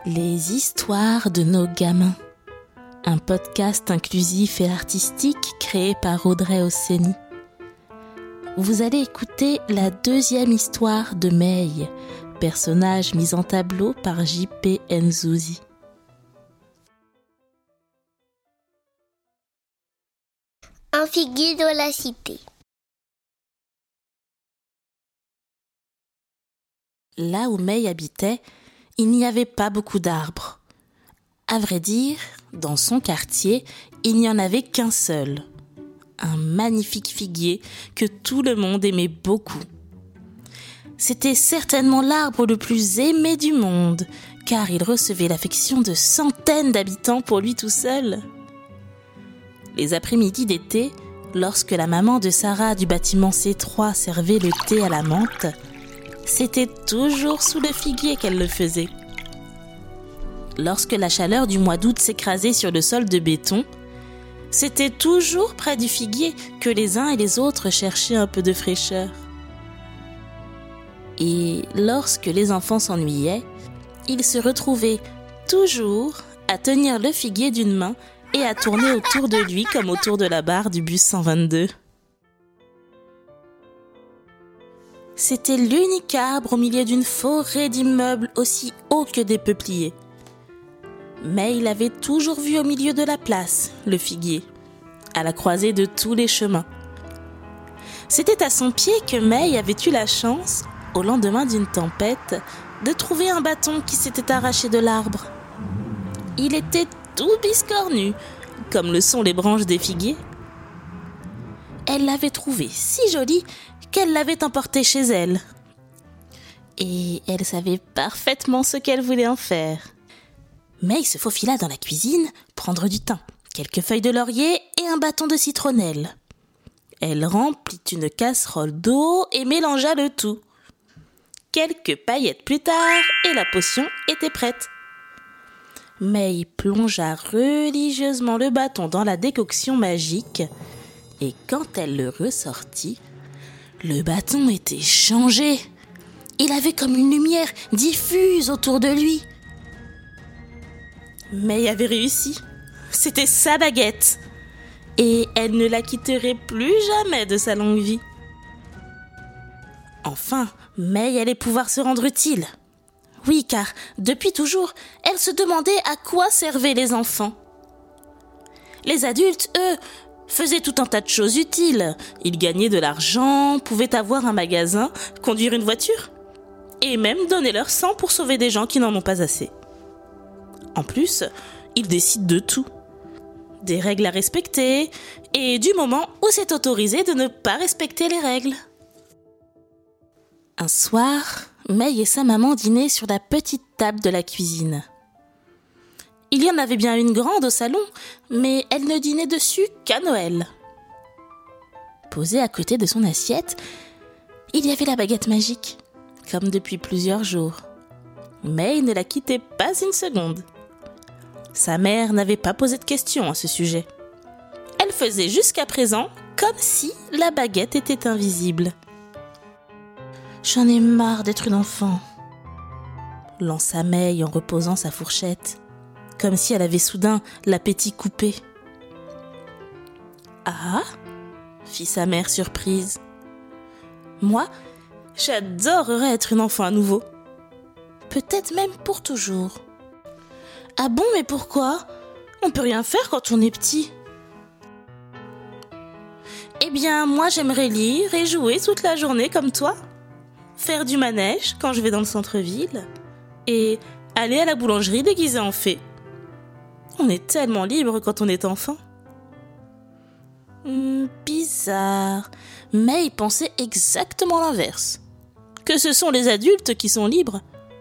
Les histoires de nos gamins. Un podcast inclusif et artistique créé par Audrey Osseni. Vous allez écouter la deuxième histoire de May, personnage mis en tableau par J.P. Nzouzi. Un figuier dans la cité. Là où May habitait, il n'y avait pas beaucoup d'arbres. À vrai dire, dans son quartier, il n'y en avait qu'un seul. Un magnifique figuier que tout le monde aimait beaucoup. C'était certainement l'arbre le plus aimé du monde, car il recevait l'affection de centaines d'habitants pour lui tout seul. Les après-midi d'été, lorsque la maman de Sarah du bâtiment C3 servait le thé à la menthe, c'était toujours sous le figuier qu'elle le faisait. Lorsque la chaleur du mois d'août s'écrasait sur le sol de béton, c'était toujours près du figuier que les uns et les autres cherchaient un peu de fraîcheur. Et lorsque les enfants s'ennuyaient, ils se retrouvaient toujours à tenir le figuier d'une main et à tourner autour de lui comme autour de la barre du bus 122. C'était l'unique arbre au milieu d'une forêt d'immeubles aussi hauts que des peupliers. Mais il avait toujours vu au milieu de la place, le figuier, à la croisée de tous les chemins. C'était à son pied que May avait eu la chance, au lendemain d'une tempête, de trouver un bâton qui s'était arraché de l'arbre. Il était tout biscornu, comme le sont les branches des figuiers. Elle l'avait trouvé si joli qu'elle l'avait emporté chez elle. Et elle savait parfaitement ce qu'elle voulait en faire. May se faufila dans la cuisine prendre du thym, quelques feuilles de laurier et un bâton de citronnelle. Elle remplit une casserole d'eau et mélangea le tout. Quelques paillettes plus tard et la potion était prête. May plongea religieusement le bâton dans la décoction magique et quand elle le ressortit, le bâton était changé. Il avait comme une lumière diffuse autour de lui. May avait réussi. C'était sa baguette. Et elle ne la quitterait plus jamais de sa longue vie. Enfin, May allait pouvoir se rendre utile. Oui, car depuis toujours, elle se demandait à quoi servaient les enfants. Les adultes, eux, faisaient tout un tas de choses utiles. Ils gagnaient de l'argent, pouvaient avoir un magasin, conduire une voiture, et même donner leur sang pour sauver des gens qui n'en ont pas assez. En plus, ils décident de tout. Des règles à respecter, et du moment où c'est autorisé de ne pas respecter les règles. Un soir, May et sa maman dînaient sur la petite table de la cuisine. Il y en avait bien une grande au salon, mais elle ne dînait dessus qu'à Noël. Posée à côté de son assiette, il y avait la baguette magique, comme depuis plusieurs jours. May ne la quittait pas une seconde. Sa mère n'avait pas posé de questions à ce sujet. Elle faisait jusqu'à présent comme si la baguette était invisible. « J'en ai marre d'être une enfant », lança May en reposant sa fourchette, comme si elle avait soudain l'appétit coupé. « Ah ?» fit sa mère surprise. « Moi, j'adorerais être une enfant à nouveau. Peut-être même pour toujours. » « Ah bon, mais pourquoi ? On peut rien faire quand on est petit. » « Eh bien, moi j'aimerais lire et jouer toute la journée comme toi. Faire du manège quand je vais dans le centre-ville. Et aller à la boulangerie déguisée en fée. On est tellement libre quand on est enfant. » Bizarre. May pensait exactement l'inverse. Que ce sont les adultes qui sont libres.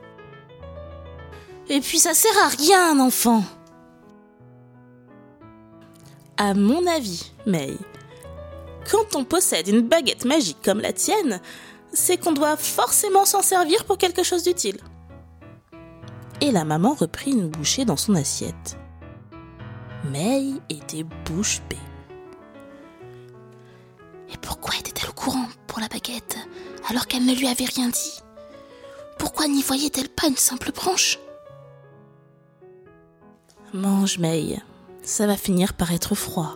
Et puis ça sert à rien, un enfant. À mon avis, May, quand on possède une baguette magique comme la tienne, c'est qu'on doit forcément s'en servir pour quelque chose d'utile. Et la maman reprit une bouchée dans son assiette. May était bouche bée. Et pourquoi était-elle au courant pour la baguette, alors qu'elle ne lui avait rien dit ? Pourquoi n'y voyait-elle pas une simple branche ? Mange, May, ça va finir par être froid.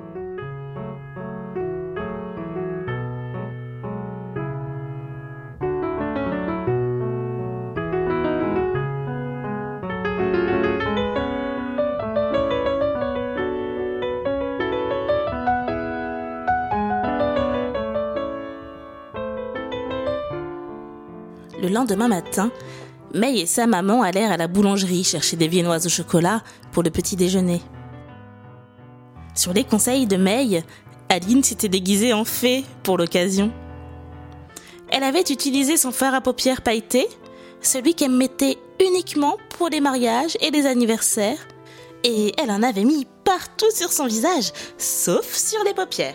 Le lendemain matin, May et sa maman allèrent à la boulangerie chercher des viennoises au chocolat pour le petit déjeuner. Sur les conseils de May, Aline s'était déguisée en fée pour l'occasion. Elle avait utilisé son fard à paupières pailleté, celui qu'elle mettait uniquement pour les mariages et les anniversaires, et elle en avait mis partout sur son visage, sauf sur les paupières.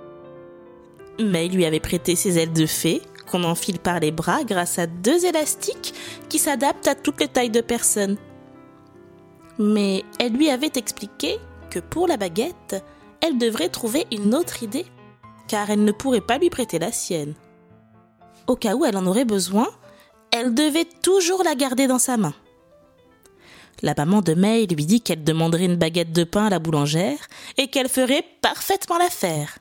May lui avait prêté ses ailes de fée, qu'on enfile par les bras grâce à 2 élastiques qui s'adaptent à toutes les tailles de personnes. Mais elle lui avait expliqué que pour la baguette, elle devrait trouver une autre idée, car elle ne pourrait pas lui prêter la sienne. Au cas où elle en aurait besoin, elle devait toujours la garder dans sa main. La maman de May lui dit qu'elle demanderait une baguette de pain à la boulangère et qu'elle ferait parfaitement l'affaire.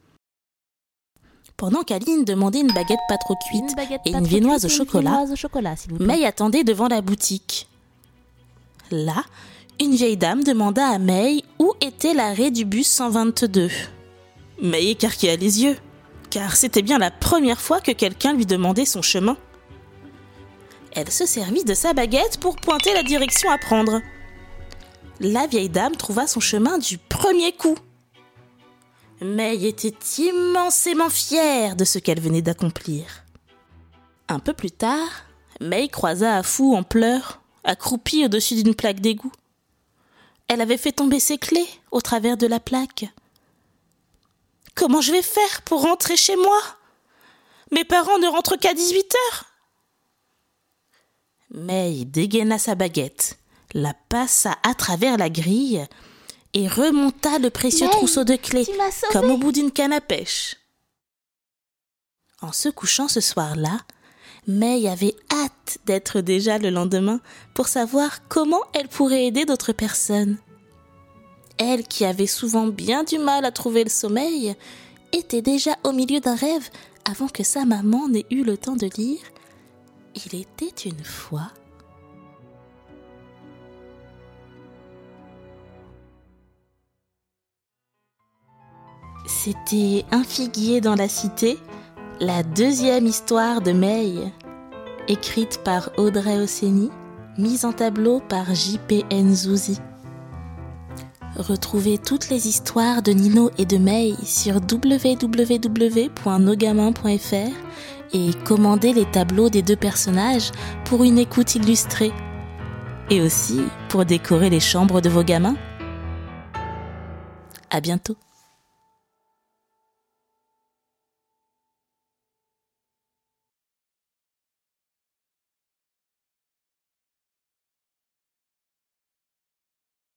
Pendant qu'Aline demandait une baguette pas trop cuite et une viennoise au chocolat, May attendait devant la boutique. Là, une vieille dame demanda à May où était l'arrêt du bus 122. May écarquilla les yeux, car c'était bien la première fois que quelqu'un lui demandait son chemin. Elle se servit de sa baguette pour pointer la direction à prendre. La vieille dame trouva son chemin du premier coup. May était immensément fière de ce qu'elle venait d'accomplir. Un peu plus tard, May croisa Afou en pleurs, accroupie au-dessus d'une plaque d'égout. Elle avait fait tomber ses clés au travers de la plaque. « Comment je vais faire pour rentrer chez moi ? Mes parents ne rentrent qu'à 18h !» May dégaina sa baguette, la passa à travers la grille et remonta le précieux trousseau de clés, comme au bout d'une canne à pêche. En se couchant ce soir-là, May avait hâte d'être déjà le lendemain pour savoir comment elle pourrait aider d'autres personnes. Elle, qui avait souvent bien du mal à trouver le sommeil, était déjà au milieu d'un rêve avant que sa maman n'ait eu le temps de lire « Il était une fois ». C'était Un figuier dans la cité, la 2e histoire de May, écrite par Audrey Ossény, mise en tableau par J.P. Nzouzi. Retrouvez toutes les histoires de Nino et de May sur www.nogamins.fr et commandez les tableaux des 2 personnages pour une écoute illustrée. Et aussi pour décorer les chambres de vos gamins. À bientôt.